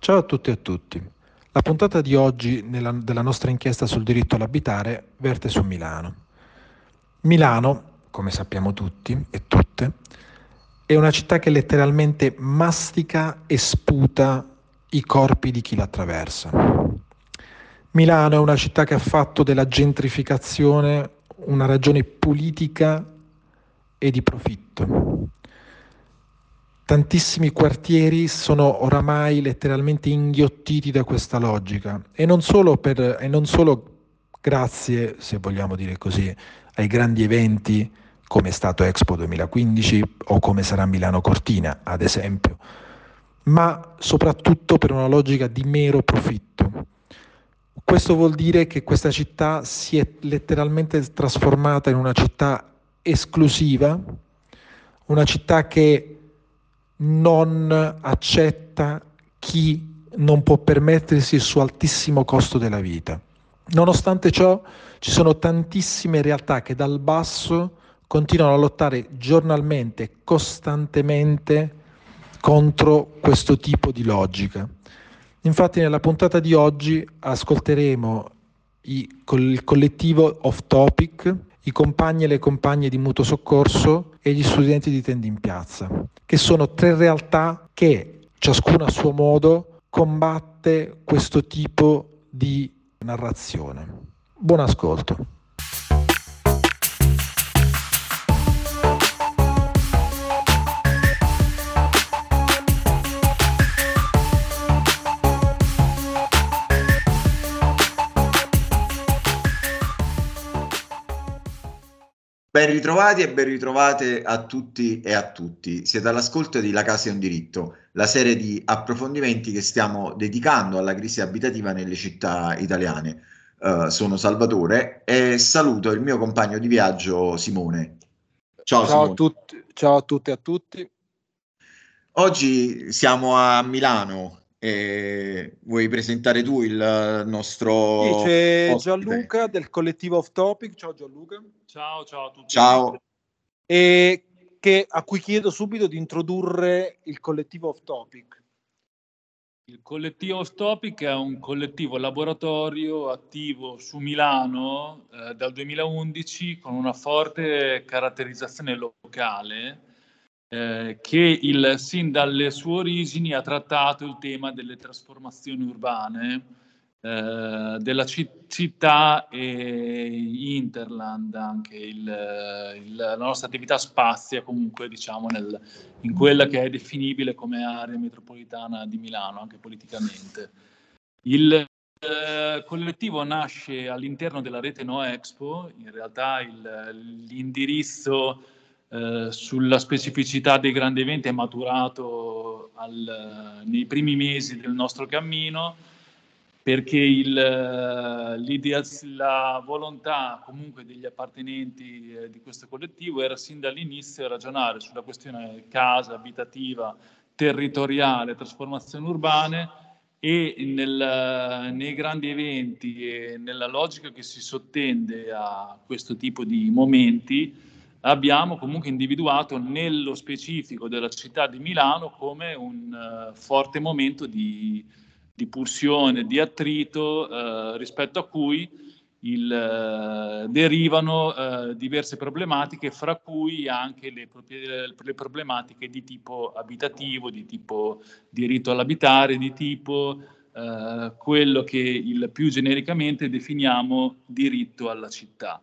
Ciao a tutti e a tutti. La puntata di oggi della nostra inchiesta sul diritto all'abitare verte su Milano. Milano, come sappiamo tutti e tutte, è una città che letteralmente mastica e sputa i corpi di chi la attraversa. Milano è una città che ha fatto della gentrificazione una ragione politica e di profitto. Tantissimi quartieri sono oramai letteralmente inghiottiti da questa logica e non solo grazie, se vogliamo dire così, ai grandi eventi come è stato Expo 2015 o come sarà Milano Cortina, ad esempio, ma soprattutto per una logica di mero profitto. Questo vuol dire che questa città si è letteralmente trasformata in una città esclusiva, una città che non accetta chi non può permettersi il suo altissimo costo della vita. Nonostante ciò, ci sono tantissime realtà che dal basso continuano a lottare giornalmente, costantemente contro questo tipo di logica. Infatti nella puntata di oggi ascolteremo il collettivo Off Topic, i compagni e le compagne di mutuo soccorso e gli studenti di Tendi in Piazza, che sono tre realtà che, ciascuna a suo modo, combatte questo tipo di narrazione. Buon ascolto. Ben ritrovati e ben ritrovate a tutti e a tutti. Siete all'ascolto di La Casa è un diritto, la serie di approfondimenti che stiamo dedicando alla crisi abitativa nelle città italiane. Sono Salvatore e saluto il mio compagno di viaggio Simone. Ciao Simone. Ciao a tutti e a tutti. Oggi siamo a Milano e vuoi presentare tu il nostro Sì, c'è ospite? Gianluca del collettivo Off Topic. Ciao Gianluca. Ciao a tutti. Ciao. E a cui chiedo subito di introdurre il collettivo Off Topic. Il collettivo Off Topic è un collettivo laboratorio attivo su Milano dal 2011 con una forte caratterizzazione locale che sin dalle sue origini ha trattato il tema delle trasformazioni urbane della città e Interland. Anche la nostra attività spazia comunque, diciamo, in quella che è definibile come area metropolitana di Milano, anche politicamente. Il collettivo nasce all'interno della rete No Expo. In realtà l'indirizzo sulla specificità dei grandi eventi è maturato nei primi mesi del nostro cammino, perché la volontà comunque degli appartenenti di questo collettivo era sin dall'inizio ragionare sulla questione casa, abitativa, territoriale, trasformazioni urbane, e nei grandi eventi e nella logica che si sottende a questo tipo di momenti abbiamo comunque individuato nello specifico della città di Milano come un forte momento di pulsione, di attrito rispetto a cui derivano diverse problematiche, fra cui anche le problematiche di tipo abitativo, di tipo diritto all'abitare, di tipo quello che più genericamente definiamo diritto alla città.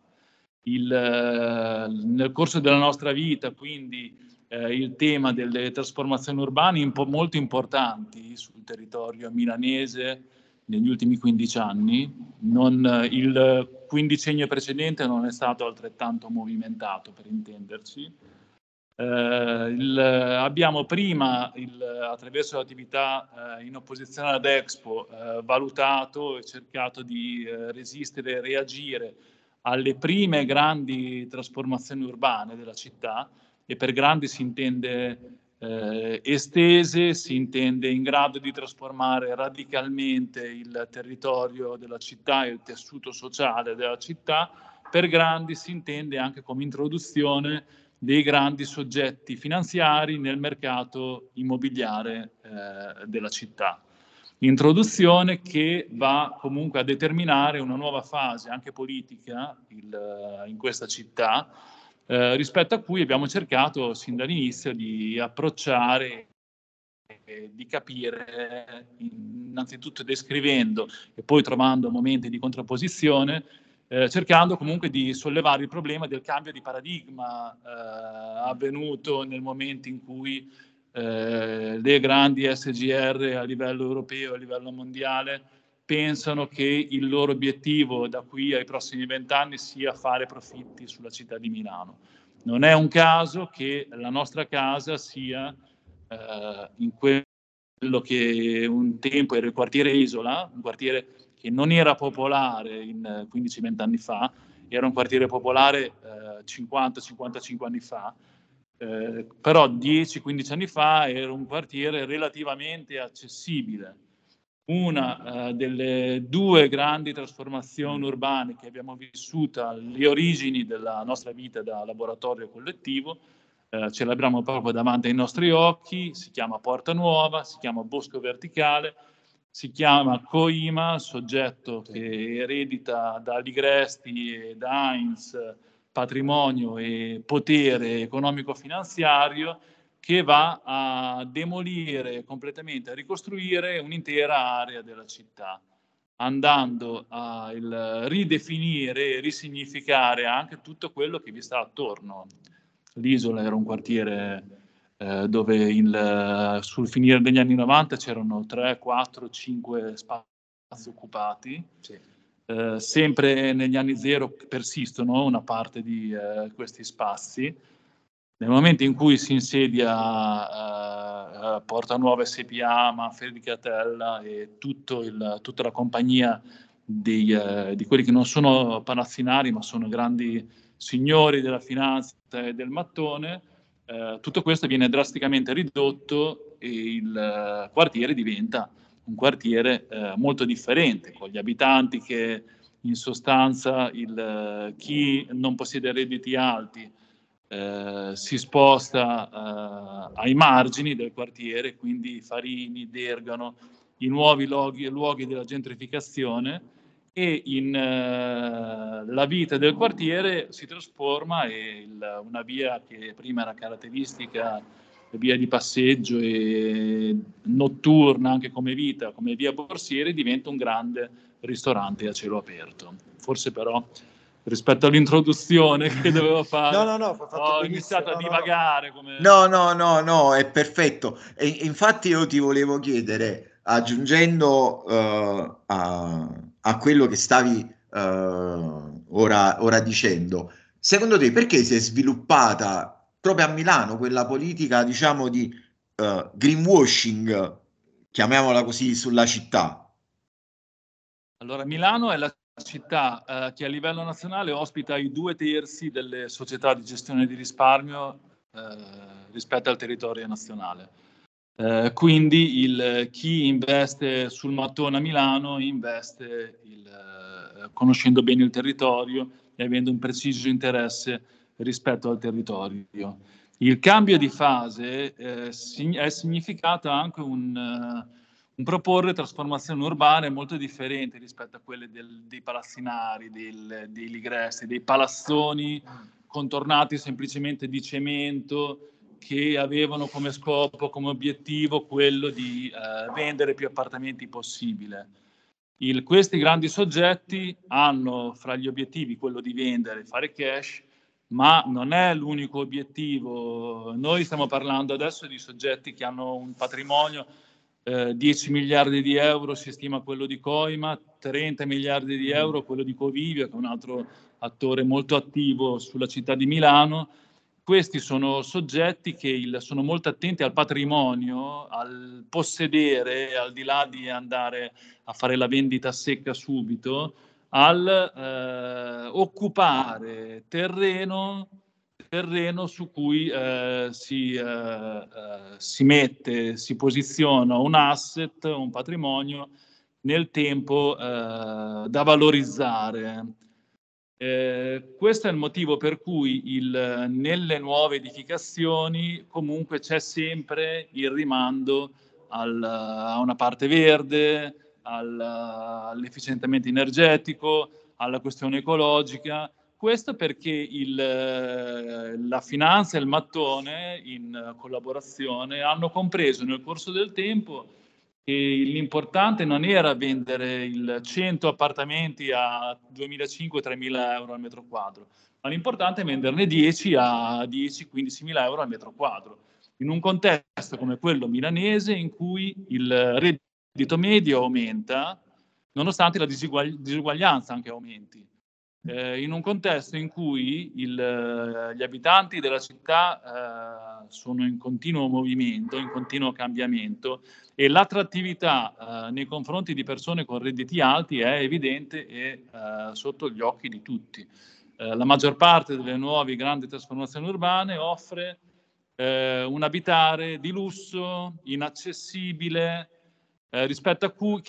Nel corso della nostra vita, quindi, il tema delle trasformazioni urbane molto importanti sul territorio milanese negli ultimi 15 anni. Il quindicennio precedente non è stato altrettanto movimentato, per intenderci. Abbiamo prima, attraverso l'attività in opposizione ad Expo, valutato e cercato di resistere e reagire alle prime grandi trasformazioni urbane della città, e per grandi si intende estese, si intende in grado di trasformare radicalmente il territorio della città e il tessuto sociale della città. Per grandi si intende anche come introduzione dei grandi soggetti finanziari nel mercato immobiliare della città. introduzione che va comunque a determinare una nuova fase anche politica in questa città, rispetto a cui abbiamo cercato sin dall'inizio di approcciare e di capire, innanzitutto descrivendo e poi trovando momenti di contrapposizione, cercando comunque di sollevare il problema del cambio di paradigma avvenuto nel momento in cui le grandi SGR a livello europeo, a livello mondiale, pensano che il loro obiettivo da qui ai prossimi 20 anni sia fare profitti sulla città di Milano. Non è un caso che la nostra casa sia in quello che un tempo era il quartiere Isola, un quartiere che non era popolare 15-20 anni fa, era un quartiere popolare 50-55 anni fa, però 10-15 anni fa era un quartiere relativamente accessibile. Una delle due grandi trasformazioni urbane che abbiamo vissuto alle origini della nostra vita da laboratorio collettivo, ce l'abbiamo proprio davanti ai nostri occhi, si chiama Porta Nuova, si chiama Bosco Verticale, si chiama Coima, soggetto che eredita da Ligresti e da Heinz patrimonio e potere economico-finanziario, che va a demolire completamente, a ricostruire un'intera area della città, andando a ridefinire e risignificare anche tutto quello che vi sta attorno. L'Isola era un quartiere dove sul finire degli anni 90 c'erano 3, 4, 5 spazi occupati. Sì. Sempre negli anni zero persistono una parte di questi spazi. Nel momento in cui si insedia Porta Nuova SPA, Manfredi Catella e tutta la compagnia di quelli che non sono palazzinari ma sono grandi signori della finanza e del mattone, tutto questo viene drasticamente ridotto e il quartiere diventa un quartiere molto differente, con gli abitanti che in sostanza chi non possiede redditi alti si sposta ai margini del quartiere, quindi Farini, Dergano, i nuovi luoghi della gentrificazione, e la vita del quartiere si trasforma e una via che prima era caratteristica, via di passeggio e notturna anche come vita, come via Borsieri, diventa un grande ristorante a cielo aperto. Forse però rispetto all'introduzione che dovevo fare, ho iniziato a divagare. No, è perfetto. E infatti io ti volevo chiedere, aggiungendo a quello che stavi ora dicendo, secondo te perché si è sviluppata proprio a Milano quella politica, diciamo, di greenwashing, chiamiamola così, sulla città? Allora, Milano è la città che a livello nazionale ospita i 2/3 delle società di gestione di risparmio rispetto al territorio nazionale. Quindi chi investe sul mattone a Milano investe conoscendo bene il territorio e avendo un preciso interesse rispetto al territorio. Il cambio di fase è significato anche un proporre trasformazioni urbane molto differenti rispetto a quelle dei palazzinari, dei Ligresti, dei palazzoni contornati semplicemente di cemento, che avevano come scopo, come obiettivo quello di vendere più appartamenti possibile. Questi grandi soggetti hanno fra gli obiettivi quello di vendere, fare cash, ma non è l'unico obiettivo. Noi stiamo parlando adesso di soggetti che hanno un patrimonio 10 miliardi di euro si stima quello di Coima, 30 miliardi di euro quello di Covivio, che è un altro attore molto attivo sulla città di Milano. Questi sono soggetti che sono molto attenti al patrimonio, al possedere, al di là di andare a fare la vendita secca subito, al occupare terreno su cui si mette, si posiziona un asset, un patrimonio nel tempo da valorizzare. Questo è il motivo per cui nelle nuove edificazioni comunque c'è sempre il rimando a una parte verde, all'efficientamento energetico, alla questione ecologica. Questo perché la finanza e il mattone, in collaborazione, hanno compreso nel corso del tempo che l'importante non era vendere 100 appartamenti a 2.500-3.000 euro al metro quadro, ma l'importante è venderne 10 a 10-15.000 euro al metro quadro, in un contesto come quello milanese in cui il reddito medio aumenta, nonostante la disuguaglianza anche aumenti. In un contesto in cui gli abitanti della città sono in continuo movimento, in continuo cambiamento, e l'attrattività nei confronti di persone con redditi alti è evidente e sotto gli occhi di tutti. La maggior parte delle nuove grandi trasformazioni urbane offre un abitare di lusso, inaccessibile, rispetto a cui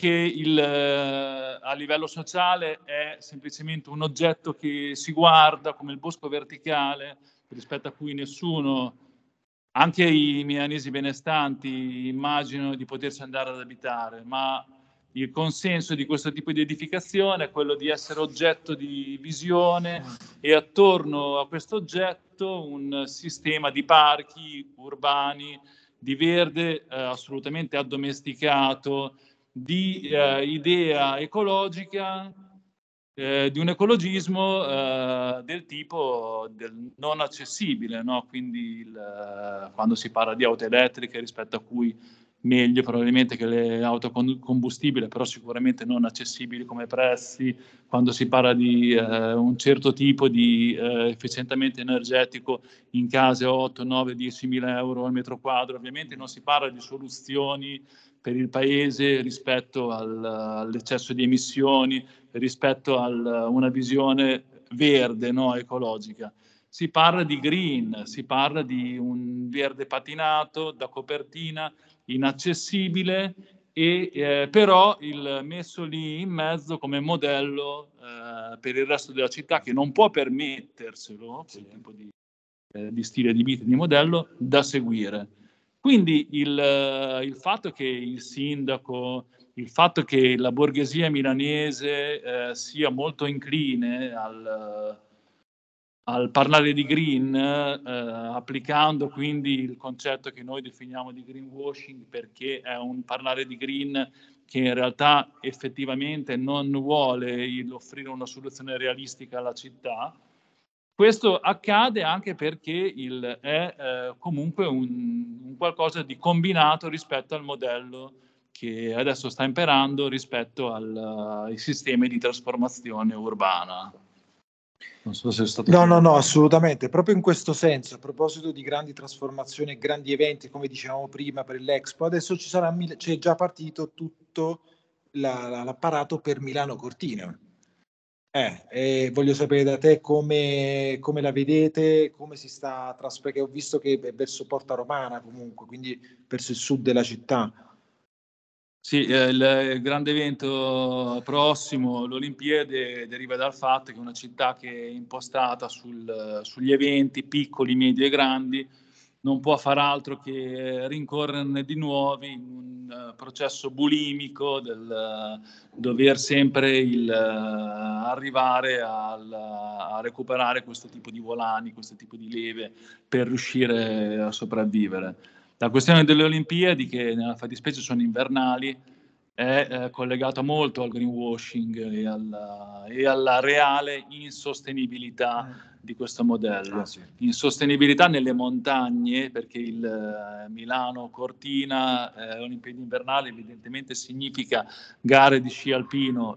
a livello sociale è semplicemente un oggetto che si guarda come il bosco verticale, rispetto a cui nessuno, anche i milanesi benestanti, immaginano di poterci andare ad abitare, ma il consenso di questo tipo di edificazione è quello di essere oggetto di visione e attorno a questo oggetto un sistema di parchi urbani, di verde assolutamente addomesticato, di idea ecologica, di un ecologismo del tipo del non accessibile, no? Quindi quando si parla di auto elettriche, rispetto a cui meglio probabilmente che le auto combustibili, però sicuramente non accessibili come prezzi, quando si parla di un certo tipo di efficientamento energetico in case 8, 9, 10.000 euro al metro quadro, ovviamente non si parla di soluzioni per il paese rispetto all'eccesso di emissioni, rispetto a una visione verde, no, ecologica. Si parla di green, si parla di un verde patinato da copertina, inaccessibile, e però messo lì in mezzo come modello per il resto della città, che non può permetterselo, quel tipo di stile di vita, di modello, da seguire. Quindi il fatto che il sindaco, il fatto che la borghesia milanese sia molto incline al parlare di green, applicando quindi il concetto che noi definiamo di greenwashing, perché è un parlare di green che in realtà effettivamente non vuole offrire una soluzione realistica alla città. Questo accade anche perché è comunque un qualcosa di combinato rispetto al modello che adesso sta imperando rispetto ai sistemi di trasformazione urbana. Non so se è stato chiaro. No, assolutamente. Proprio in questo senso, a proposito di grandi trasformazioni e grandi eventi, come dicevamo prima per l'Expo, adesso c'è già partito tutto l'apparato per Milano Cortina. E voglio sapere da te come la vedete, come si sta perché ho visto che è verso Porta Romana comunque, quindi verso il sud della città. Sì, il grande evento prossimo, l'Olimpiade, deriva dal fatto che è una città che è impostata sugli eventi piccoli, medi e grandi, non può far altro che rincorrerne di nuovi in un processo bulimico del dover sempre arrivare a recuperare questo tipo di volani, questo tipo di leve per riuscire a sopravvivere. La questione delle Olimpiadi, che nella fattispecie sono invernali, è collegata molto al greenwashing e alla reale insostenibilità di questo modello. Sì. Insostenibilità nelle montagne, perché il Milano-Cortina Olimpiadi invernali evidentemente significa gare di sci alpino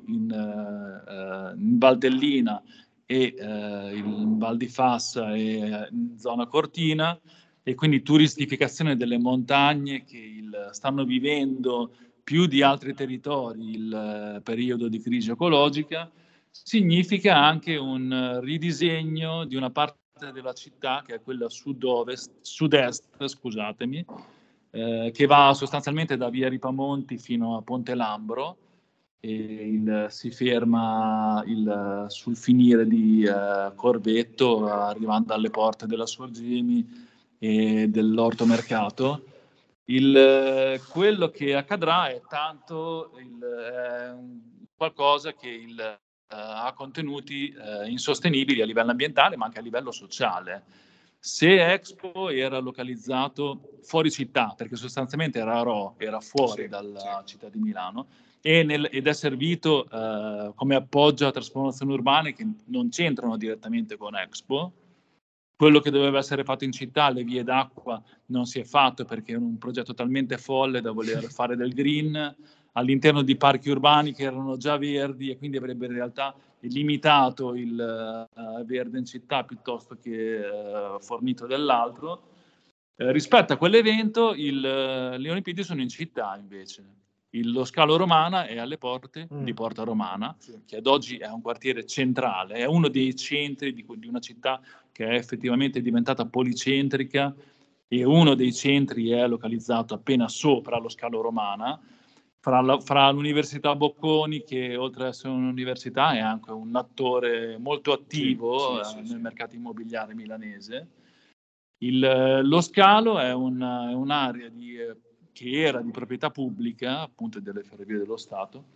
in Valtellina e in Val di Fassa e in zona Cortina, e quindi turistificazione delle montagne che stanno vivendo più di altri territori il periodo di crisi ecologica, significa anche un ridisegno di una parte della città, che è quella sud-est, scusatemi, che va sostanzialmente da via Ripamonti fino a Ponte Lambro, e si ferma sul finire di Corvetto, arrivando alle porte della Sorgemi e dell'Orto Mercato. Quello che accadrà è tanto qualcosa che ha contenuti insostenibili a livello ambientale, ma anche a livello sociale. Se Expo era localizzato fuori città, perché sostanzialmente era fuori dalla città di Milano, ed è servito come appoggio a trasformazioni urbane che non c'entrano direttamente con Expo. Quello che doveva essere fatto in città, le vie d'acqua, non si è fatto perché era un progetto talmente folle da voler fare del green all'interno di parchi urbani che erano già verdi, e quindi avrebbe in realtà limitato il verde in città piuttosto che fornito dell'altro. Rispetto a quell'evento, le Olimpiadi sono in città invece. Lo Scalo Romana è alle porte di Porta Romana, che ad oggi è un quartiere centrale, è uno dei centri di una città che è effettivamente diventata policentrica, e uno dei centri è localizzato appena sopra lo Scalo Romana, fra l'Università Bocconi, che oltre ad essere un'università è anche un attore molto attivo nel mercato immobiliare milanese. Lo Scalo è un'area che era di proprietà pubblica, appunto delle Ferrovie dello Stato,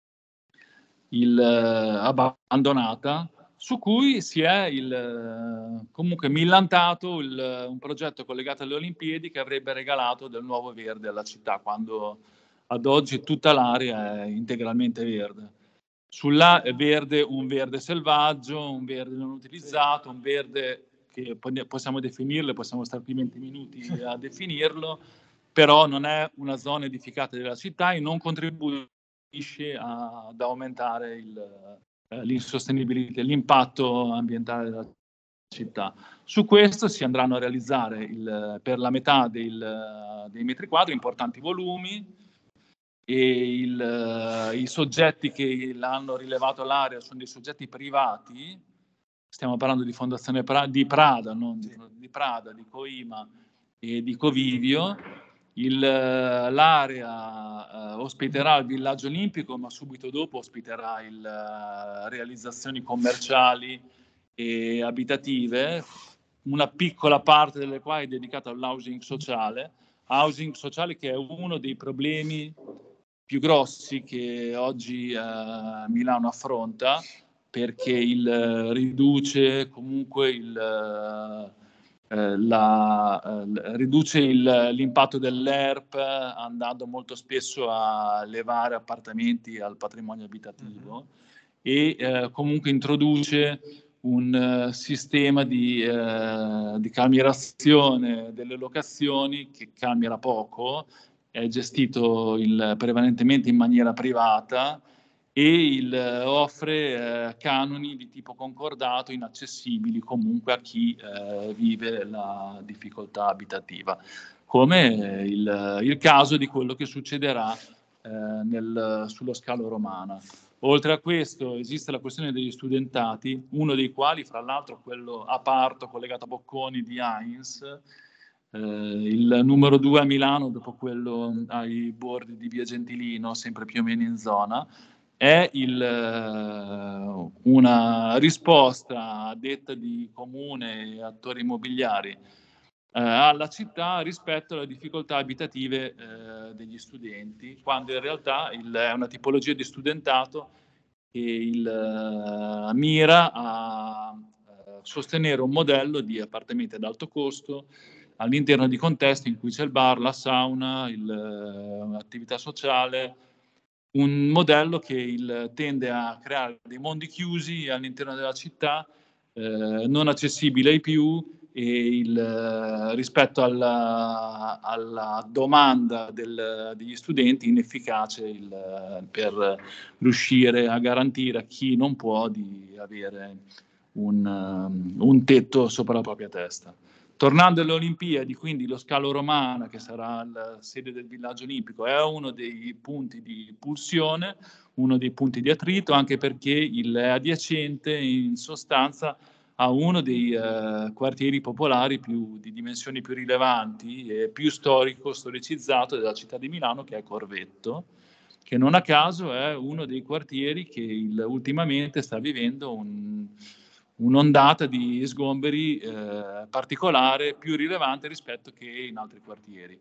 abbandonata, su cui si è comunque millantato un progetto collegato alle Olimpiadi che avrebbe regalato del nuovo verde alla città, quando ad oggi tutta l'area è integralmente verde. Sulla è verde, un verde selvaggio, un verde non utilizzato, un verde che possiamo definirlo, possiamo stare qui 20 minuti a definirlo, però non è una zona edificata della città e non contribuisce ad aumentare l'insostenibilità, l'impatto ambientale della città. Su questo si andranno a realizzare per la metà dei metri quadri importanti volumi, e i soggetti che l'hanno rilevato all'area sono dei soggetti privati. Stiamo parlando di Fondazione di Prada, non di Prada, di Coima e di Covivio. L'area ospiterà il villaggio olimpico, ma subito dopo ospiterà realizzazioni commerciali e abitative, una piccola parte delle quali è dedicata all'housing sociale che è uno dei problemi più grossi che oggi Milano affronta, perché riduce comunque riduce l'impatto dell'ERP, andando molto spesso a levare appartamenti al patrimonio abitativo, e comunque introduce un sistema di calmierazione delle locazioni che calmiera poco, è gestito prevalentemente in maniera privata, e offre canoni di tipo concordato inaccessibili comunque a chi vive la difficoltà abitativa, come il caso di quello che succederà sullo Scalo Romana. Oltre a questo esiste la questione degli studentati, uno dei quali, fra l'altro, quello a Parto, collegato a Bocconi di Heinz, il numero 2 a Milano, dopo quello ai bordi di Via Gentilino, sempre più o meno in zona, è una risposta detta di comune e attori immobiliari alla città rispetto alle difficoltà abitative degli studenti, quando in realtà è una tipologia di studentato che mira a sostenere un modello di appartamenti ad alto costo all'interno di contesti in cui c'è il bar, la sauna, l'attività sociale, un modello che tende a creare dei mondi chiusi all'interno della città, non accessibili ai più, e rispetto alla domanda degli studenti inefficace per riuscire a garantire a chi non può di avere un tetto sopra la propria testa. Tornando alle Olimpiadi, quindi lo Scalo Romana, che sarà la sede del villaggio olimpico, è uno dei punti di pulsione, uno dei punti di attrito, anche perché è adiacente in sostanza a uno dei quartieri popolari di dimensioni più rilevanti e più storicizzato della città di Milano, che è Corvetto, che non a caso è uno dei quartieri che ultimamente sta vivendo un'ondata di sgomberi particolare, più rilevante rispetto che in altri quartieri.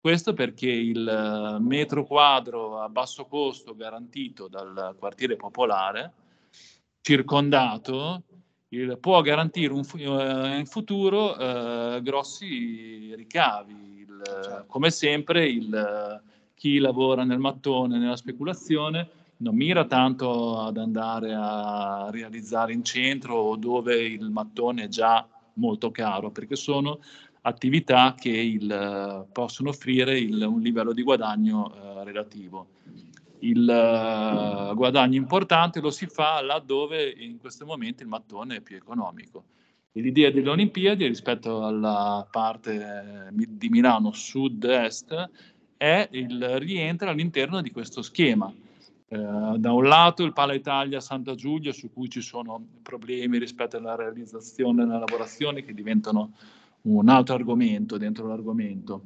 Questo perché il metro quadro a basso costo garantito dal quartiere popolare, circondato, può garantire in futuro grossi ricavi. Come sempre chi lavora nel mattone, nella speculazione, non mira tanto ad andare a realizzare in centro o dove il mattone è già molto caro, perché sono attività che possono offrire un livello di guadagno relativo. Il guadagno importante lo si fa laddove in questo momento il mattone è più economico. E l'idea delle Olimpiadi rispetto alla parte di Milano sud-est rientra all'interno di questo schema. Da un lato il Pala Italia Santa Giulia, su cui ci sono problemi rispetto alla realizzazione e alla lavorazione che diventano un altro argomento dentro l'argomento.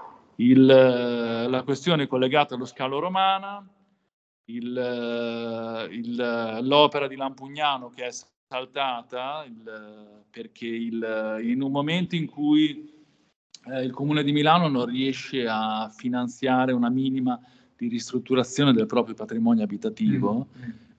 La questione collegata allo scalo romana, l'opera di Lampugnano che è saltata perché in un momento in cui il Comune di Milano non riesce a finanziare una minima di ristrutturazione del proprio patrimonio abitativo,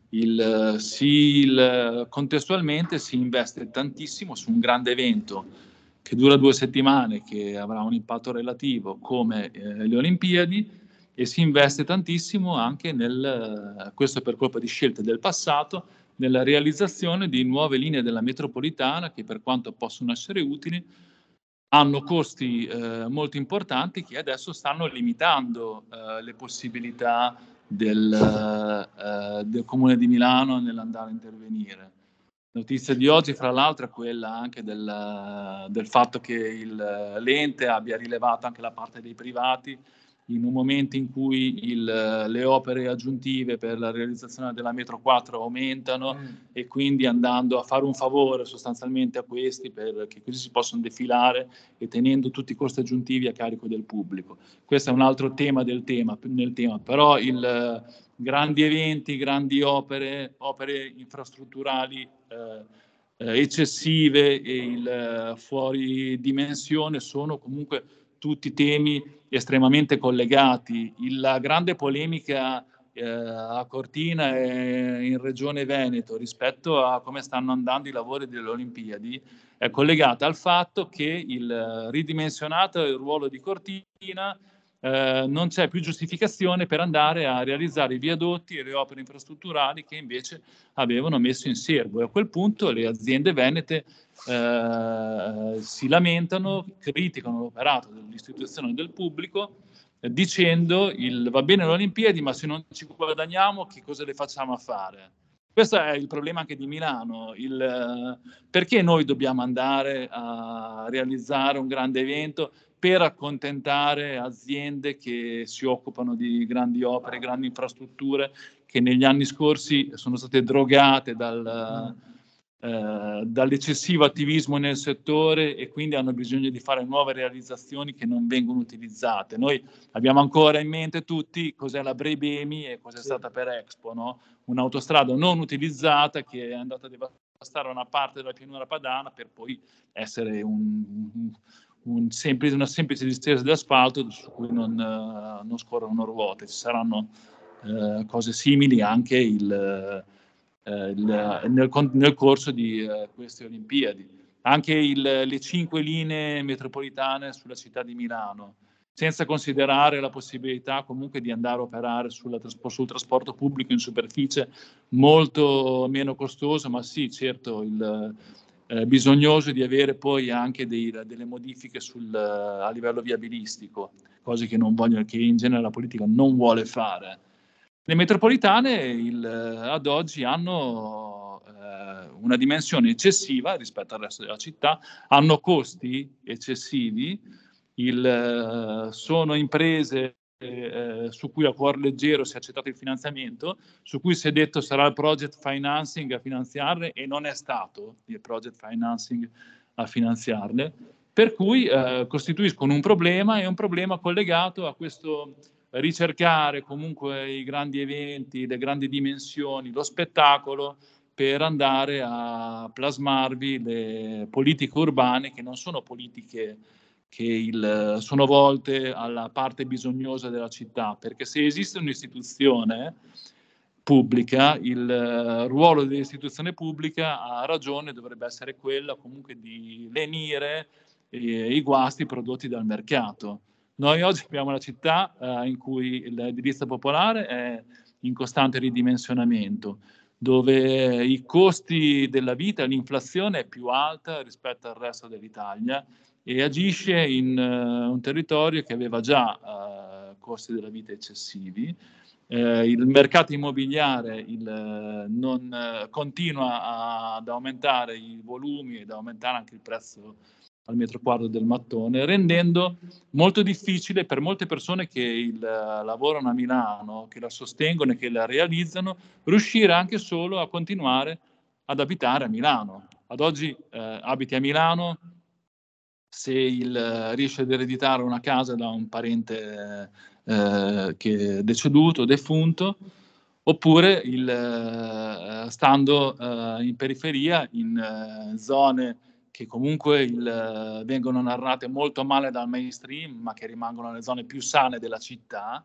contestualmente si investe tantissimo su un grande evento che dura 2 settimane, che avrà un impatto relativo come le Olimpiadi, e si investe tantissimo anche questo per colpa di scelte del passato, nella realizzazione di nuove linee della metropolitana che, per quanto possono essere utili, hanno costi molto importanti che adesso stanno limitando le possibilità del Comune di Milano nell'andare a intervenire. Notizia di oggi, fra l'altro, è quella anche del fatto che l'ente abbia rilevato anche la parte dei privati in un momento in cui le opere aggiuntive per la realizzazione della metro 4 aumentano e quindi andando a fare un favore sostanzialmente a questi perché così si possono defilare e tenendo tutti i costi aggiuntivi a carico del pubblico. Questo è un altro tema nel tema, però grandi eventi, grandi opere infrastrutturali eccessive e fuori dimensione sono comunque tutti temi estremamente collegati. La grande polemica a Cortina e in Regione Veneto rispetto a come stanno andando i lavori delle Olimpiadi è collegata al fatto che ridimensionato il ruolo di Cortina non c'è più giustificazione per andare a realizzare i viadotti e le opere infrastrutturali che invece avevano messo in serbo. E a quel punto le aziende venete si lamentano, criticano l'operato dell'istituzione del pubblico dicendo va bene le Olimpiadi, ma se non ci guadagniamo che cosa le facciamo a fare? Questo è il problema anche di Milano. Perché noi dobbiamo andare a realizzare un grande evento per accontentare aziende che si occupano di grandi opere, grandi infrastrutture, che negli anni scorsi sono state drogate dall'eccessivo attivismo nel settore e quindi hanno bisogno di fare nuove realizzazioni che non vengono utilizzate. Noi abbiamo ancora in mente tutti cos'è la Brebemi e cos'è stata per Expo, no? Un'autostrada non utilizzata che è andata a devastare una parte della pianura padana per poi essere una semplice distesa di asfalto su cui non scorrono ruote. Ci saranno cose simili anche nel corso di queste Olimpiadi. Anche le 5 linee metropolitane sulla città di Milano, senza considerare la possibilità comunque di andare a operare sul trasporto pubblico in superficie molto meno costoso, ma sì, certo, bisognoso di avere poi anche delle modifiche a livello viabilistico, cose che in genere la politica non vuole fare. Le metropolitane ad oggi hanno una dimensione eccessiva rispetto al resto della città, hanno costi eccessivi, sono imprese su cui a cuor leggero si è accettato il finanziamento, su cui si è detto sarà il project financing a finanziarle e non è stato il project financing a finanziarle, per cui costituiscono un problema e un problema collegato a questo ricercare comunque i grandi eventi, le grandi dimensioni, lo spettacolo per andare a plasmarvi le politiche urbane che non sono politiche che sono volte alla parte bisognosa della città, perché se esiste un'istituzione pubblica, il ruolo dell'istituzione pubblica, ha ragione, dovrebbe essere quello comunque di lenire i guasti prodotti dal mercato. Noi oggi abbiamo una città in cui l'edilizia popolare è in costante ridimensionamento, dove i costi della vita, l'inflazione è più alta rispetto al resto dell'Italia e agisce in un territorio che aveva già costi della vita eccessivi. Il mercato immobiliare continua ad aumentare i volumi ed aumentare anche il prezzo al metro quadro del mattone, rendendo molto difficile per molte persone che lavorano a Milano, che la sostengono e che la realizzano, riuscire anche solo a continuare ad abitare a Milano. Ad oggi abiti a Milano, se riesce ad ereditare una casa da un parente che è deceduto, defunto, oppure stando in periferia, in zone che comunque vengono narrate molto male dal mainstream, ma che rimangono le zone più sane della città,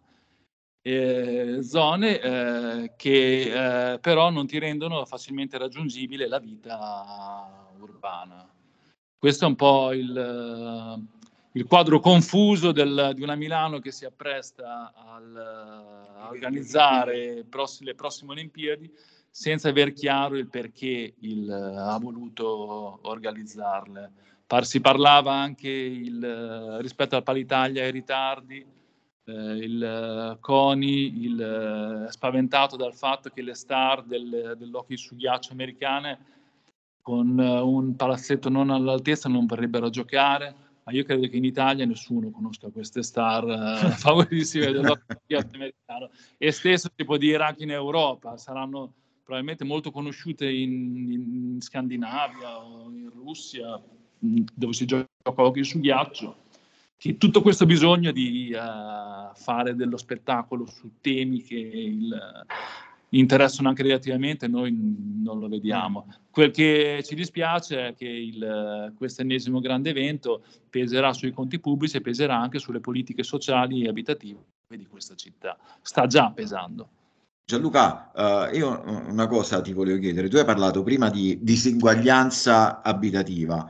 zone che però non ti rendono facilmente raggiungibile la vita urbana. Questo è un po' il quadro confuso di una Milano che si appresta a organizzare le prossime Olimpiadi senza aver chiaro il perché ha voluto organizzarle. Si parlava anche rispetto al Palitalia ai ritardi, il CONI spaventato dal fatto che le star dell'hockey su ghiaccio americane con un palazzetto non all'altezza non vorrebbero giocare, ma io credo che in Italia nessuno conosca queste star favorissime dell'hockey americano, e stesso si può dire anche in Europa, saranno probabilmente molto conosciute in Scandinavia o in Russia, dove si gioca hockey su ghiaccio, che tutto questo bisogno di fare dello spettacolo su temi che interessano anche relativamente, noi non lo vediamo. Quel che ci dispiace è che questo ennesimo grande evento peserà sui conti pubblici e peserà anche sulle politiche sociali e abitative di questa città. Sta già pesando. Gianluca, io una cosa ti volevo chiedere. Tu hai parlato prima di diseguaglianza abitativa.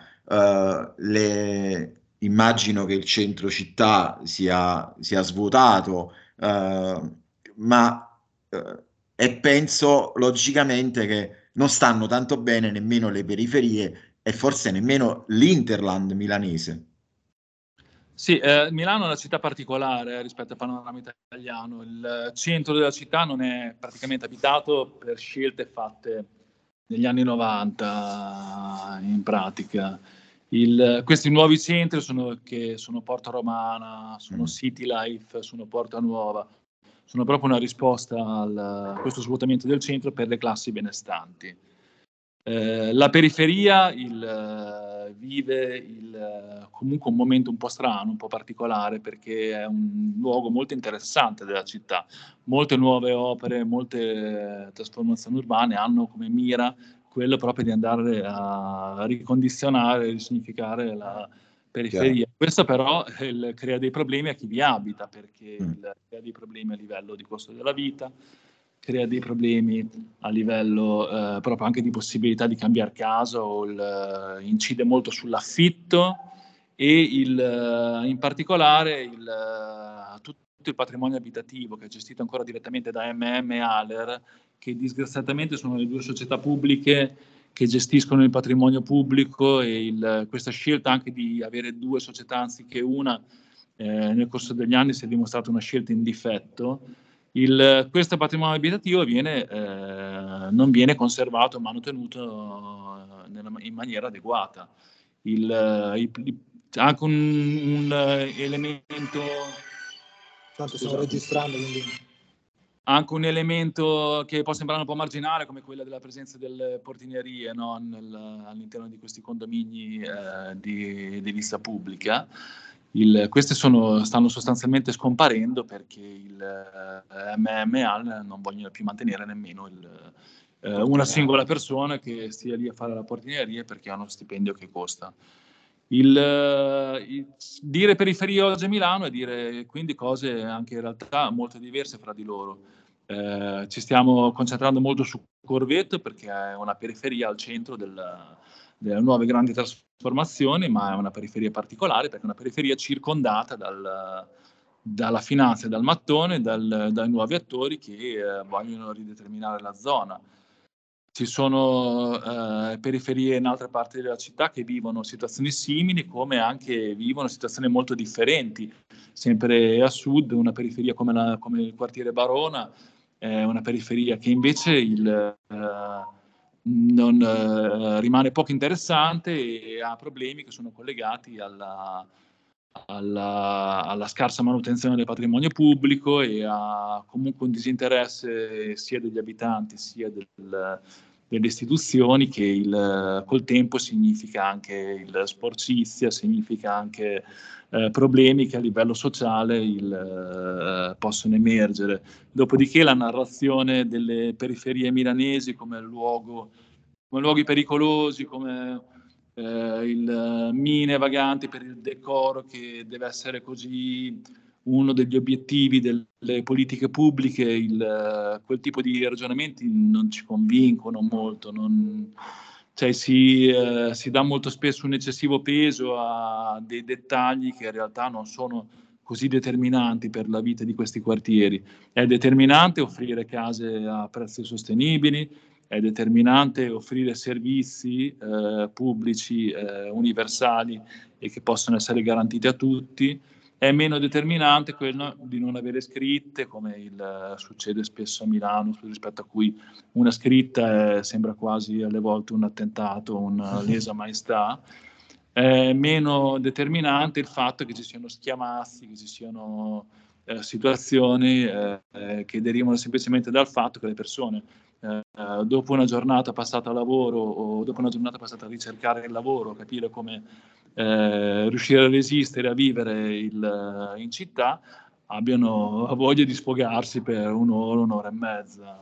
Immagino che il centro città sia svuotato, e penso logicamente che non stanno tanto bene nemmeno le periferie e forse nemmeno l'Interland milanese. Sì, Milano è una città particolare rispetto al panorama italiano. Il centro della città non è praticamente abitato per scelte fatte negli anni 90 in pratica. Questi nuovi centri che sono Porta Romana, sono City Life, sono Porta Nuova, sono proprio una risposta a questo svuotamento del centro per le classi benestanti. La periferia vive comunque un momento un po' strano, un po' particolare, perché è un luogo molto interessante della città. Molte nuove opere, molte trasformazioni urbane hanno come mira quello proprio di andare a ricondizionare, risignificare la periferia. Chiaro. Questo però crea dei problemi a chi vi abita, perché crea dei problemi a livello di costo della vita, crea dei problemi a livello proprio anche di possibilità di cambiare casa, incide molto sull'affitto e in particolare tutto il patrimonio abitativo che è gestito ancora direttamente da MM e Aler, che disgraziatamente sono le due società pubbliche che gestiscono il patrimonio pubblico, e questa scelta anche di avere due società anziché una nel corso degli anni si è dimostrata una scelta in difetto. Questo patrimonio abitativo non viene conservato e manutenuto in maniera adeguata. Anche un elemento... Tanto stiamo registrando, quindi... Anche un elemento che può sembrare un po' marginale, come quella della presenza delle portinerie, no? All'interno di questi condomini di edilizia pubblica. Queste stanno sostanzialmente scomparendo perché il MMA non vogliono più mantenere nemmeno una singola persona che stia lì a fare la portineria, perché ha uno stipendio che costa. Dire periferia oggi a Milano è dire quindi cose anche in realtà molto diverse fra di loro. Ci stiamo concentrando molto su Corvetto perché è una periferia al centro delle nuove grandi trasformazioni, ma è una periferia particolare perché è una periferia circondata dalla finanza e dal mattone, dai nuovi attori che vogliono rideterminare la zona. Ci sono periferie in altre parti della città che vivono situazioni simili, come anche vivono situazioni molto differenti. Sempre a sud, una periferia come il quartiere Barona è una periferia che invece rimane poco interessante e ha problemi che sono collegati alla scarsa manutenzione del patrimonio pubblico e a comunque un disinteresse sia degli abitanti sia delle istituzioni che col tempo significa anche sporcizia, significa anche problemi che a livello sociale possono emergere. Dopodiché la narrazione delle periferie milanesi come luoghi pericolosi, come mine vaganti per il decoro, che deve essere così uno degli obiettivi delle politiche pubbliche, quel tipo di ragionamenti non ci convincono molto, cioè si dà molto spesso un eccessivo peso a dei dettagli che in realtà non sono così determinanti per la vita di questi quartieri. È determinante offrire case a prezzi sostenibili, è determinante offrire servizi pubblici universali e che possono essere garantiti a tutti. È meno determinante quello di non avere scritte, come succede spesso a Milano, rispetto a cui una scritta sembra quasi alle volte un attentato, una lesa maestà. È meno determinante il fatto che ci siano schiamazzi, che ci siano situazioni che derivano semplicemente dal fatto che le persone dopo una giornata passata a lavoro o dopo una giornata passata a ricercare il lavoro, capire come riuscire a resistere, a vivere in città, abbiano voglia di sfogarsi per un'ora e mezza.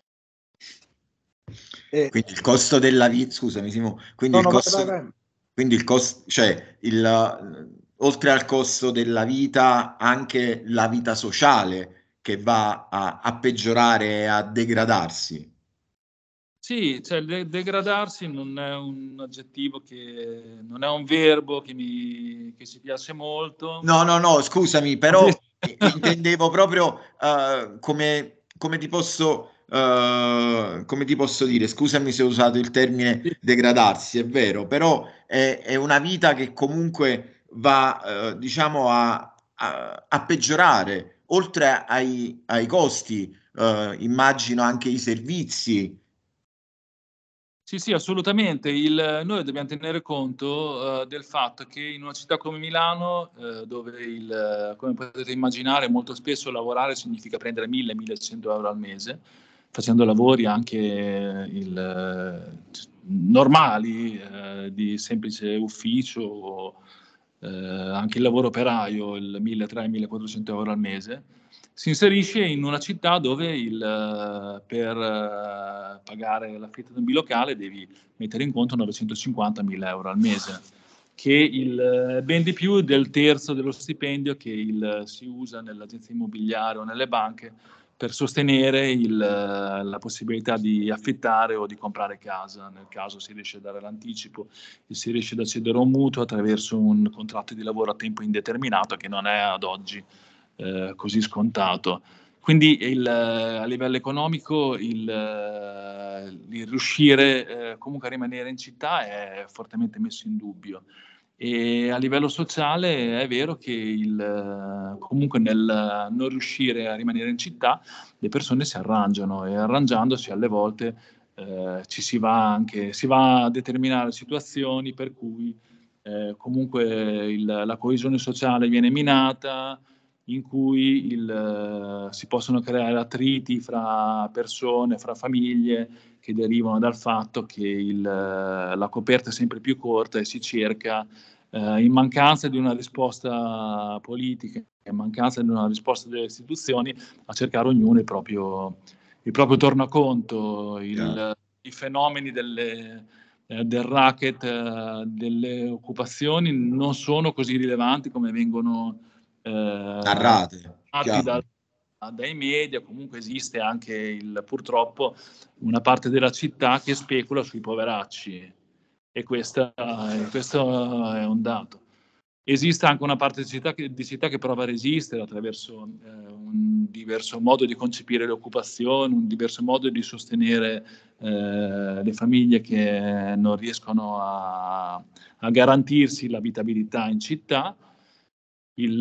Quindi il costo della vita, scusami Simo, quindi il costo, vai. quindi il costo, cioè oltre al costo della vita, anche la vita sociale che va a peggiorare e a degradarsi. Sì, cioè degradarsi non è un aggettivo non è un verbo che ci piace molto. No, scusami, però intendevo proprio come ti posso dire, scusami se ho usato il termine degradarsi, è vero, però è una vita che comunque va, diciamo, a peggiorare, oltre ai costi, immagino anche i servizi. Sì, assolutamente. Noi dobbiamo tenere conto del fatto che in una città come Milano, dove come potete immaginare, molto spesso lavorare significa prendere 1.000-1.100 euro al mese, facendo lavori anche normali, di semplice ufficio, o anche il lavoro operaio, il 1.300-1.400 euro al mese. Si inserisce in una città dove per pagare l'affitto di un bilocale devi mettere in conto 950.000 euro al mese, che ben di più del terzo dello stipendio che si usa nell'agenzia immobiliare o nelle banche per sostenere la possibilità di affittare o di comprare casa, nel caso si riesce a dare l'anticipo e si riesce ad accedere a un mutuo attraverso un contratto di lavoro a tempo indeterminato, che non è ad oggi così scontato. Quindi a livello economico il riuscire comunque a rimanere in città è fortemente messo in dubbio. E a livello sociale è vero che comunque nel non riuscire a rimanere in città le persone si arrangiano, e arrangiandosi alle volte si va a determinare situazioni per cui comunque la coesione sociale viene minata, in cui si possono creare attriti fra persone, fra famiglie, che derivano dal fatto che la coperta è sempre più corta e si cerca, in mancanza di una risposta politica, in mancanza di una risposta delle istituzioni, a cercare ognuno il proprio tornaconto. I fenomeni del racket, delle occupazioni non sono così rilevanti come vengono narrate dai media. Comunque esiste anche purtroppo una parte della città che specula sui poveracci, e questo è un dato. Esiste anche una parte di città che prova a resistere attraverso un diverso modo di concepire le occupazioni, un diverso modo di sostenere le famiglie che non riescono a garantirsi l'abitabilità in città. Il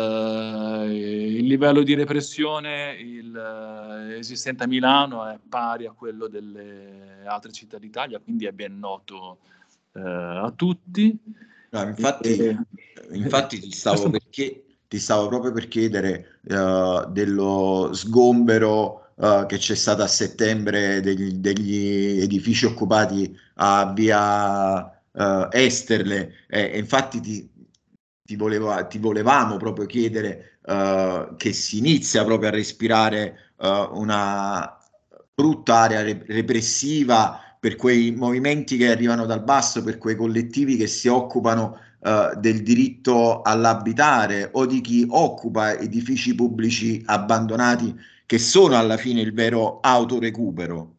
livello di repressione esistente a Milano è pari a quello delle altre città d'Italia, quindi è ben noto a tutti. No, infatti ti stavo proprio per chiedere dello sgombero che c'è stato a settembre degli edifici occupati a via Esterle, e infatti ti volevamo proprio chiedere che si inizia proprio a respirare una brutta area repressiva per quei movimenti che arrivano dal basso, per quei collettivi che si occupano del diritto all'abitare, o di chi occupa edifici pubblici abbandonati, che sono alla fine il vero autorecupero.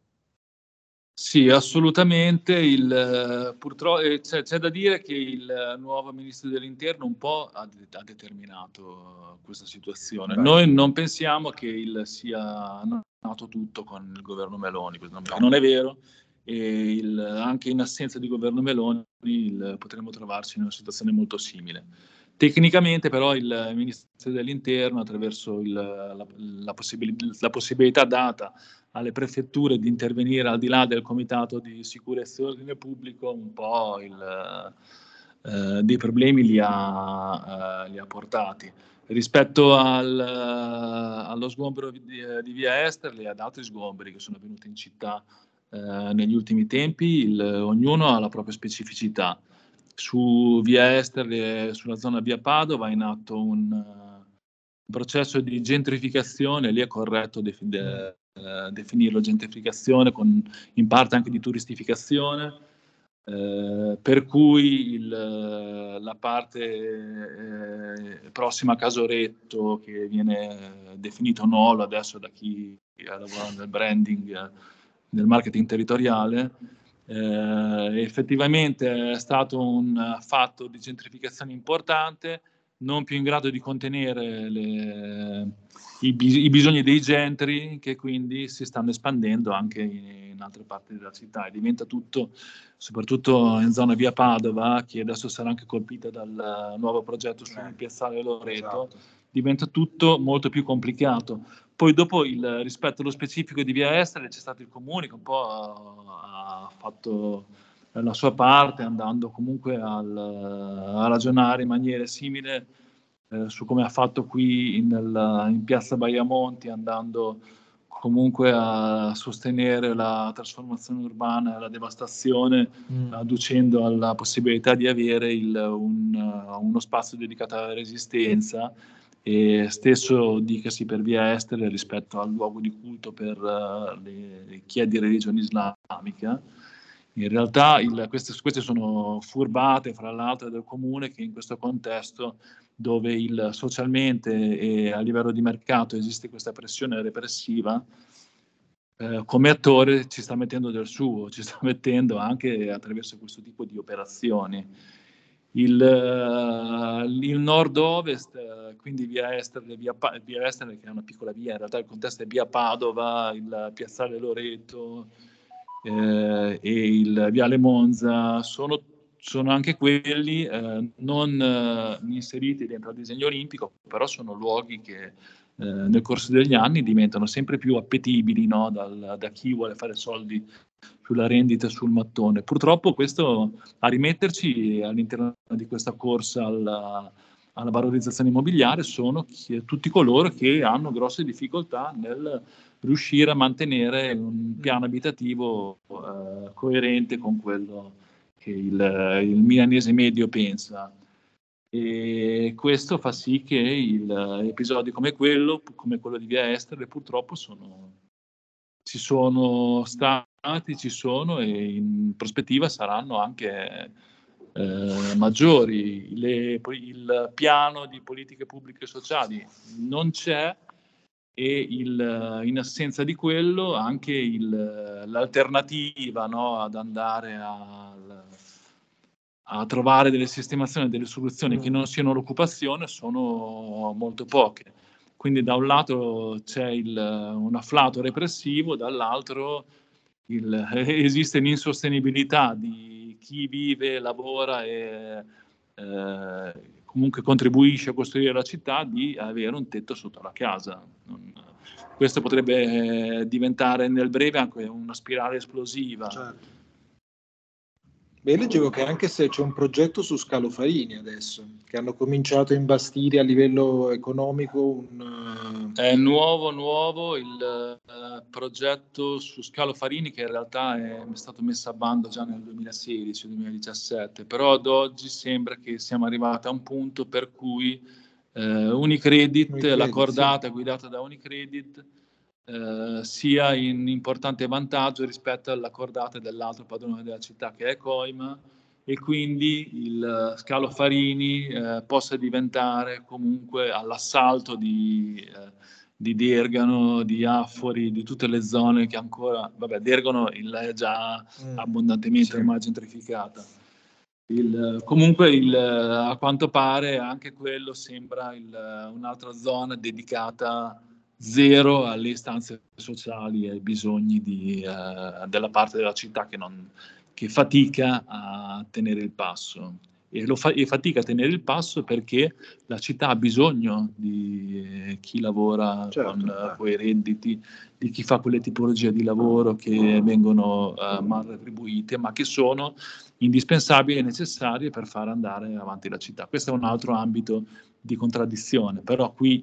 Sì, assolutamente. Purtroppo c'è da dire che il nuovo ministro dell'Interno un po' ha determinato questa situazione. Beh. Noi non pensiamo che sia nato tutto con il governo Meloni, non è vero, e anche in assenza di governo Meloni potremmo trovarci in una situazione molto simile. Tecnicamente però il ministro dell'Interno, attraverso la possibilità data alle prefetture di intervenire al di là del comitato di sicurezza e ordine pubblico, un po' dei problemi li ha portati. Rispetto allo sgombero di via Esterle e ad altri sgomberi che sono venuti in città negli ultimi tempi, ognuno ha la propria specificità. Su via Esterle, sulla zona via Padova, è in atto un processo di gentrificazione. Lì è corretto definirlo gentrificazione, con in parte anche di turistificazione, per cui la parte prossima a Casoretto, che viene definito nolo adesso da chi lavora nel branding, nel marketing territoriale, effettivamente è stato un fatto di gentrificazione importante, non più in grado di contenere i bisogni dei gentri, che quindi si stanno espandendo anche in altre parti della città, e diventa tutto, soprattutto in zona via Padova, che adesso sarà anche colpita dal nuovo progetto sul piazzale Loreto, esatto. Diventa tutto molto più complicato. Poi dopo, rispetto allo specifico di via Esterle, c'è stato il comune che un po' ha fatto la sua parte, andando comunque a ragionare in maniera simile su come ha fatto qui in piazza Baiamonti, andando comunque a sostenere la trasformazione urbana e la devastazione, adducendo alla possibilità di avere uno spazio dedicato alla resistenza, e stesso dicasi per via Esterle rispetto al luogo di culto per chi è di religione islamica. In realtà queste sono furbate, fra l'altro, del comune, che in questo contesto, dove socialmente e a livello di mercato esiste questa pressione repressiva, come attore ci sta mettendo del suo, ci sta mettendo anche attraverso questo tipo di operazioni. Il nord-ovest, quindi via Esterle, via Esterle, che è una piccola via, in realtà il contesto è via Padova, il piazzale Loreto e il viale Monza, sono anche quelli non inseriti dentro al disegno olimpico, però sono luoghi che nel corso degli anni diventano sempre più appetibili, no? da chi vuole fare soldi sulla rendita e sul mattone. Purtroppo questo, a rimetterci all'interno di questa corsa alla valorizzazione immobiliare, sono tutti coloro che hanno grosse difficoltà nel riuscire a mantenere un piano abitativo coerente con quello che il milanese medio pensa. E questo fa sì che episodi come quello di via Esterle purtroppo ci sono stati stati, ci sono e in prospettiva saranno anche maggiori. Il piano di politiche pubbliche sociali non c'è e in assenza di quello anche l'alternativa, no, ad andare a trovare delle sistemazioni, delle soluzioni che non siano l'occupazione sono molto poche. Quindi da un lato c'è un afflato repressivo, dall'altro esiste l'insostenibilità di chi vive, lavora e comunque contribuisce a costruire la città di avere un tetto sotto la casa. Questo potrebbe diventare nel breve anche una spirale esplosiva. Certo. Beh, leggevo che anche se c'è un progetto su Scalofarini adesso, che hanno cominciato a imbastire a livello economico È nuovo il progetto su Scalofarini, che in realtà è stato messo a bando già nel 2016-2017, però ad oggi sembra che siamo arrivati a un punto per cui Unicredit, la cordata guidata da Unicredit, sia in importante vantaggio rispetto alla cordata dell'altro padrone della città che è Coima, e quindi il Scalofarini possa diventare comunque all'assalto di Dergano, di Affori, di tutte le zone che ancora, vabbè, Dergano è già abbondantemente ormai gentrificata. Comunque a quanto pare anche quello sembra un'altra zona dedicata zero alle istanze sociali e ai bisogni della parte della città che fatica a tenere il passo. E fatica a tenere il passo perché la città ha bisogno di chi lavora con quei redditi, di chi fa quelle tipologie di lavoro che vengono mal retribuite, ma che sono indispensabili e necessarie per far andare avanti la città. Questo è un altro ambito di contraddizione, però qui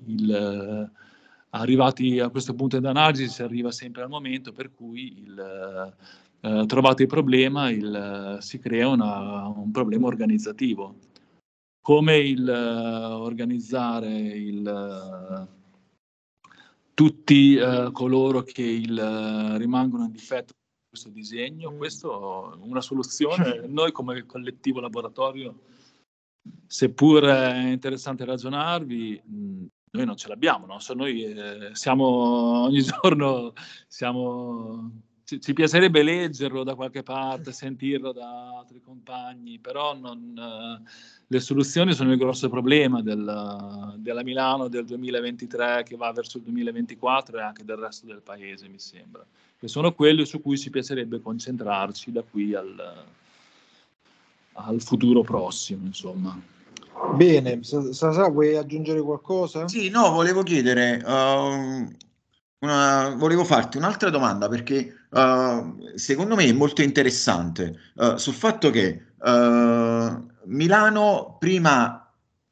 arrivati a questo punto di analisi si arriva sempre al momento per cui trovato il problema si crea un problema organizzativo. Come organizzare tutti coloro che rimangono in difetto di questo disegno, questo è una soluzione. Noi come collettivo laboratorio, seppur è interessante ragionarvi, noi non ce l'abbiamo, no? Noi ogni giorno ci piacerebbe leggerlo da qualche parte, sentirlo da altri compagni, però le soluzioni sono il grosso problema della Milano del 2023 che va verso il 2024 e anche del resto del paese, mi sembra, che sono quelle su cui ci piacerebbe concentrarci da qui al futuro prossimo, insomma. Bene, Sasà, vuoi aggiungere qualcosa? Sì, no, volevo chiedere, volevo farti un'altra domanda perché secondo me è molto interessante sul fatto che Milano prima,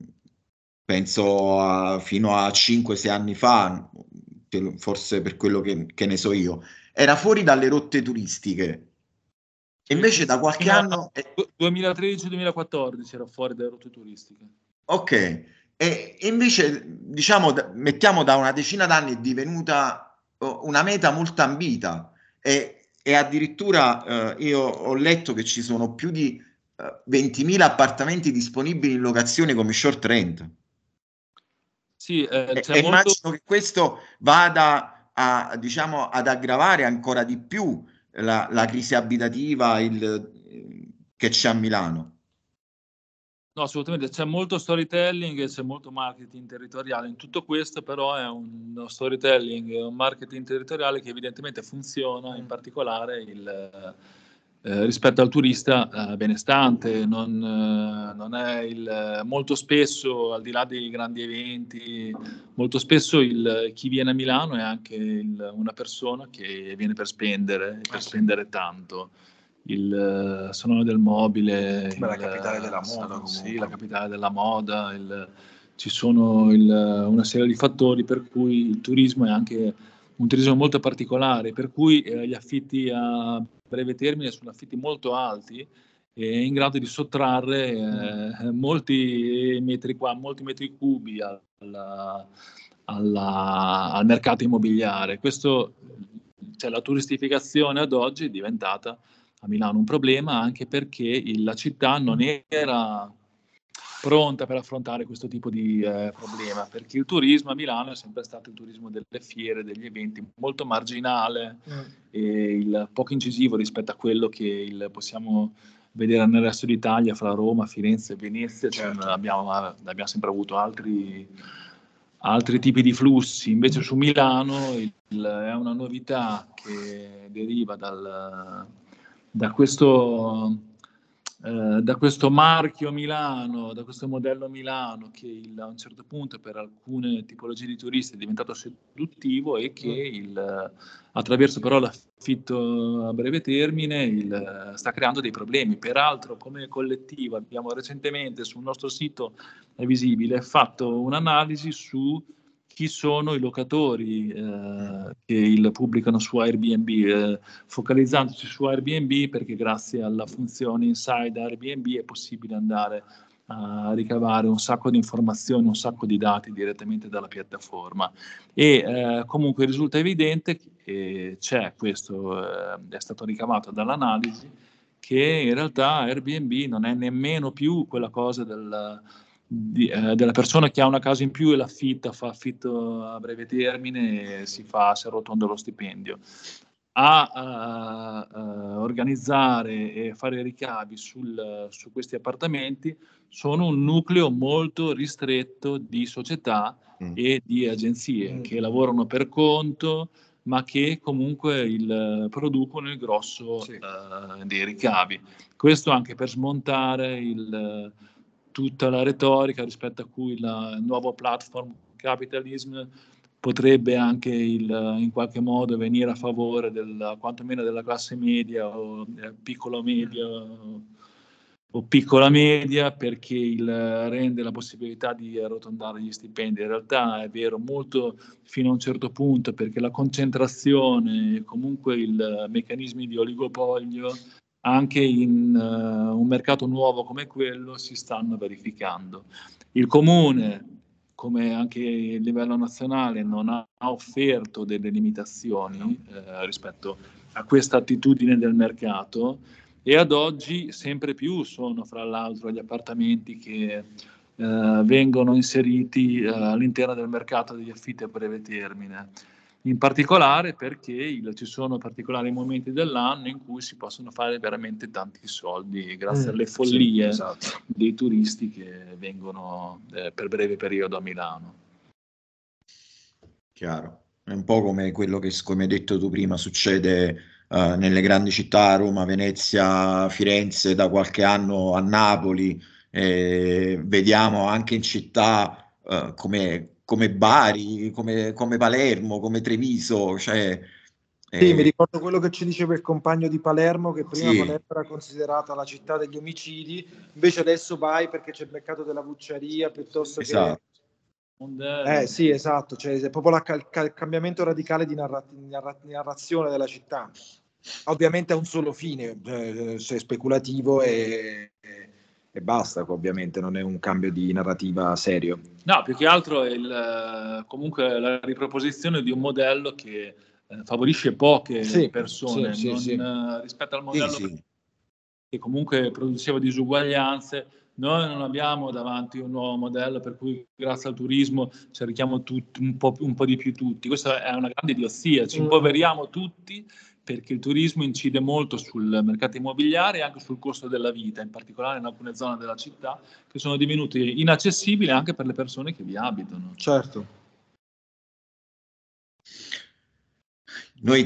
penso fino a 5-6 anni fa, forse per quello che ne so io, era fuori dalle rotte turistiche. E invece da qualche anno... 2013-2014 era fuori dalle rotte turistiche. Ok, e invece, diciamo, mettiamo da una decina d'anni è divenuta una meta molto ambita e addirittura io ho letto che ci sono più di 20.000 appartamenti disponibili in locazione come short rent. Sì, immagino che questo vada diciamo, ad aggravare ancora di più la crisi abitativa che c'è a Milano. No, assolutamente, c'è molto storytelling e c'è molto marketing territoriale in tutto questo, però è uno storytelling e un marketing territoriale che evidentemente funziona, in particolare rispetto al turista benestante, non è molto spesso, al di là dei grandi eventi, molto spesso chi viene a Milano è anche una persona che viene per spendere tanto. Il Salone del Mobile, la capitale della moda, sì, la capitale della moda, ci sono una serie di fattori per cui il turismo è anche un turismo molto particolare, per cui gli affitti a breve termine sono affitti molto alti e in grado di sottrarre molti metri cubi al mercato immobiliare. Questo cioè la turistificazione ad oggi è diventata a Milano un problema, anche perché la città non era pronta per affrontare questo tipo di problema, perché il turismo a Milano è sempre stato il turismo delle fiere, degli eventi, molto marginale e poco incisivo rispetto a quello che possiamo vedere nel resto d'Italia, fra Roma, Firenze e Venezia. Certo. Abbiamo sempre avuto altri tipi di flussi. Invece su Milano è una novità che deriva da questo marchio Milano, da questo modello Milano, che a un certo punto per alcune tipologie di turisti è diventato seduttivo e che attraverso però l'affitto a breve termine sta creando dei problemi. Peraltro, come collettivo abbiamo recentemente sul nostro sito È Visibile fatto un'analisi su chi sono i locatori che pubblicano su Airbnb, focalizzandosi su Airbnb, perché grazie alla funzione Inside Airbnb è possibile andare a ricavare un sacco di informazioni, un sacco di dati direttamente dalla piattaforma. E comunque risulta evidente che c'è questo, è stato ricavato dall'analisi, che in realtà Airbnb non è nemmeno più quella cosa della persona che ha una casa in più e l'affitta, fa affitto a breve termine e si arrotonda lo stipendio. A organizzare e fare ricavi su questi appartamenti sono un nucleo molto ristretto di società e di agenzie che lavorano per conto, ma che comunque producono il grosso dei ricavi. Questo anche per smontare tutta la retorica rispetto a cui il nuovo platform capitalism potrebbe anche in qualche modo venire a favore quantomeno della classe media o piccolo-media o piccola media, perché rende la possibilità di arrotondare gli stipendi. In realtà è vero molto fino a un certo punto, perché la concentrazione e comunque i meccanismi di oligopolio anche in un mercato nuovo come quello si stanno verificando. Il comune, come anche a livello nazionale, non ha offerto delle limitazioni rispetto a questa attitudine del mercato, e ad oggi sempre più sono fra l'altro gli appartamenti che vengono inseriti all'interno del mercato degli affitti a breve termine, in particolare perché ci sono particolari momenti dell'anno in cui si possono fare veramente tanti soldi grazie alle follie dei turisti che vengono per breve periodo a Milano. Chiaro, è un po' come quello che, come hai detto tu prima, succede nelle grandi città, Roma, Venezia, Firenze, da qualche anno a Napoli. Vediamo anche in città come Bari, come Palermo, come Treviso, cioè, sì, mi ricordo quello che ci diceva il compagno di Palermo, che prima sì. Palermo era considerata la città degli omicidi, invece adesso vai perché c'è il mercato della vucciaria piuttosto esatto. che... sì, esatto, cioè è proprio il cambiamento radicale di narrazione della città. Ovviamente ha un solo fine, cioè speculativo e basta, ovviamente non è un cambio di narrativa serio. No, più che altro è comunque la riproposizione di un modello che favorisce poche persone rispetto al modello che comunque produceva disuguaglianze. Noi non abbiamo davanti un nuovo modello per cui grazie al turismo cerchiamo un po' di più tutti. Questa è una grande idiozia, ci impoveriamo tutti, perché il turismo incide molto sul mercato immobiliare e anche sul costo della vita, in particolare in alcune zone della città che sono divenute inaccessibili anche per le persone che vi abitano. Certo. Noi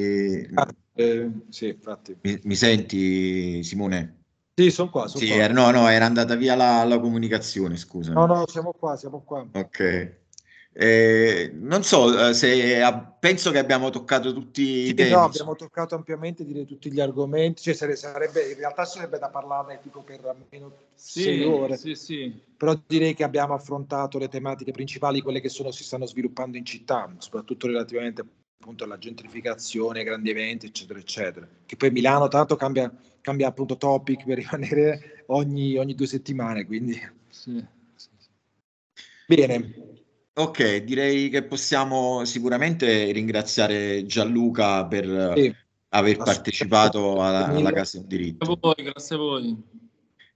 sì, infatti. Mi senti, Simone? Sì, sono qua. Sì, no, era andata via la comunicazione, scusa. No, siamo qua. Ok. Non so penso che abbiamo toccato tutti i temi. No, abbiamo toccato ampiamente, direi, tutti gli argomenti, cioè in realtà sarebbe da parlarne tipo per almeno 6 ore. Sì. Però direi che abbiamo affrontato le tematiche principali, quelle che si stanno sviluppando in città, soprattutto relativamente appunto alla gentrificazione, grandi eventi, eccetera, eccetera. Che poi Milano tanto cambia appunto topic per rimanere ogni 2 settimane, quindi... Sì. Bene. Ok, direi che possiamo sicuramente ringraziare Gianluca per Sì, aver assolutamente. partecipato alla Mille. Casa di Diritto. Grazie a voi.